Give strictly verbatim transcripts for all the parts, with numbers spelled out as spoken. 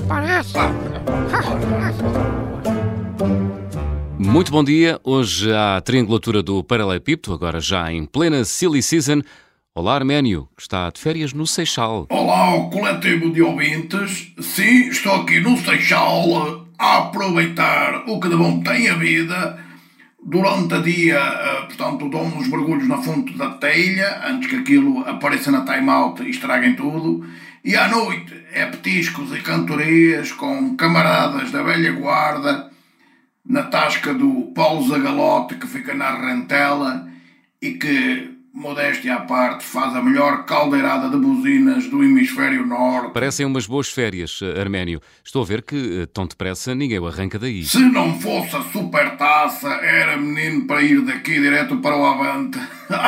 Parece. Muito bom dia. Hoje há a triangulatura do Paralelepípedo, agora já em plena Silly Season. Olá, Arménio, que está de férias no Seixal. Olá, coletivo de ouvintes. Sim, estou aqui no Seixal a aproveitar o que de bom tem a vida. Durante a dia, portanto, dou uns mergulhos na fonte da telha, antes que aquilo apareça na time-out e estraguem tudo. E à noite é petiscos e cantorias com camaradas da velha guarda, na tasca do Paulo Zagalote, que fica na Rentela e que, modéstia à parte, faz a melhor caldeirada de buzinas do hemisfério norte. Parecem umas boas férias, Arménio. Estou a ver que, tão depressa, ninguém o arranca daí. Se não fosse a supertaça, era menino para ir daqui direto para o Avante.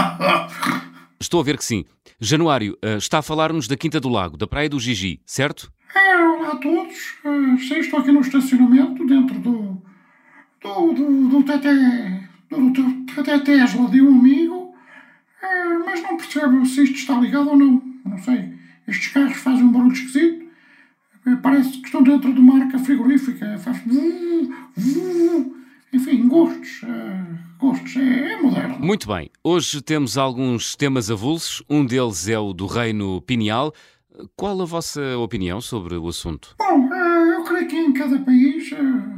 Estou a ver que sim. Januário, está a falar-nos da Quinta do Lago, da Praia do Gigi, certo? É, olá a todos. Uh, sim, estou aqui no estacionamento, dentro do... do... do... do T T... do, do T T Tesla de um amigo. Uh, mas não percebo se isto está ligado ou não. Não sei. Estes carros fazem um barulho esquisito. Uh, parece que estão dentro de uma arca frigorífica. Faz... Vuh, vuh. Enfim, gostos. Uh, gostos. É, é moderno. Muito bem. Hoje temos alguns temas avulsos. Um deles é o do Reino Pineal. Qual a vossa opinião sobre o assunto? Bom, uh, eu creio que em cada país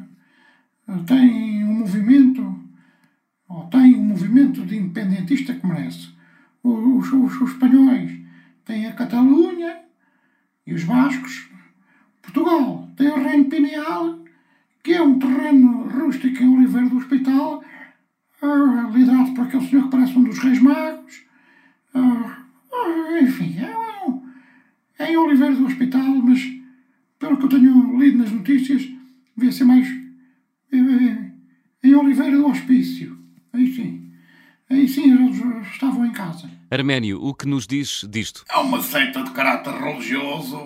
uh, tem um movimento, ou tem um movimento de independentista que merece. Os, os, os espanhóis têm a Catalunha e os bascos. Portugal tem o Reino Pineal, que é um terreno rústico em Oliveira do Hospital, uh, liderado por aquele senhor que parece um dos Reis Magos. Uh, uh, enfim, é um... É em Oliveira do Hospital, mas pelo que eu tenho lido nas notícias, devia ser mais é, em Oliveira do Hospício. Aí sim. Aí sim eles estavam em casa. Arménio, o que nos diz disto? É uma seita de caráter religioso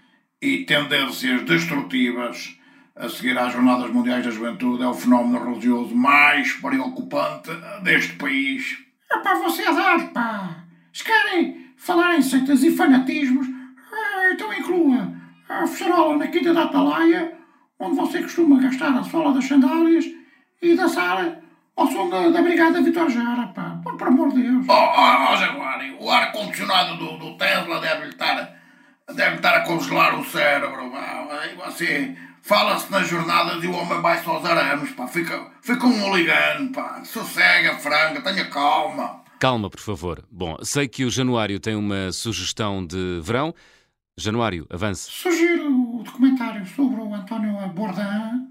e tendências destrutivas a seguir às Jornadas Mundiais da Juventude. É o fenómeno religioso mais preocupante deste país. É para você dar, pá. Se querem falar em seitas e fanatismos, então inclua a fecheirola na Quinta da Atalaia, onde você costuma gastar a sola das sandálias e dançar ao som da, da Brigada Vitor Jara, pá. Por, por amor de Deus. Oh, oh, oh Jaguário, o ar-condicionado do, do Tesla deve estar, deve estar a congelar o cérebro, pá. E você fala-se nas jornadas e o homem vai só aos arames, pá. Fica, fica um hooligan, pá. Sossega, franga, tenha calma. Calma, por favor. Bom, sei que o Januário tem uma sugestão de verão. Januário, avance. Sugiro o documentário sobre o António Bourdain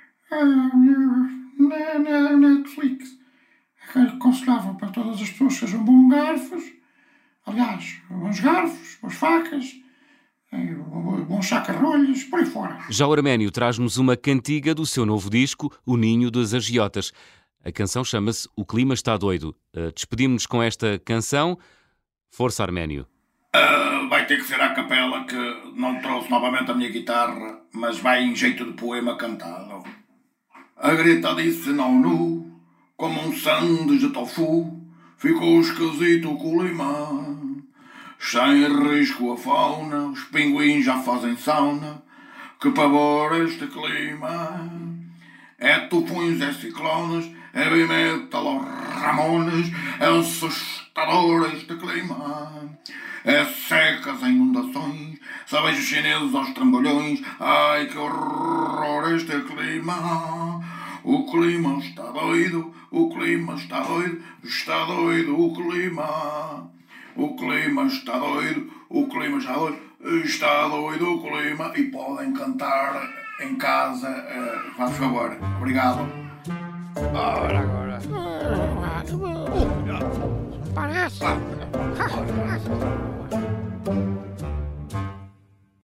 uh, na, na Netflix. Aconselhável para todas as pessoas que sejam bons garfos. Aliás, bons garfos, boas facas, bons saca-rolhas, por aí fora. Já o Arménio traz-nos uma cantiga do seu novo disco, O Ninho das Agiotas. A canção chama-se O Clima Está Doido. Uh, Despedimos-nos com esta canção. Força, Arménio. Uh, vai ter que ser a capela, que não trouxe novamente a minha guitarra, mas vai em jeito de poema cantado. A Greta disse não nu, como um sandes de tofu, ficou esquisito o clima. Sem risco a fauna, os pinguins já fazem sauna, que pavor este clima. É tufões, é ciclones, é heavy metal aos Ramones, é assustador este clima. É secas em inundações, sabejos chineses aos trambolhões, ai que horror este clima. O clima está doido, o clima está doido, está doido o clima. O clima está doido, o clima está doido, está doido o clima. E podem cantar em casa, uh, faz favor. Obrigado. Ora, agora. Parece.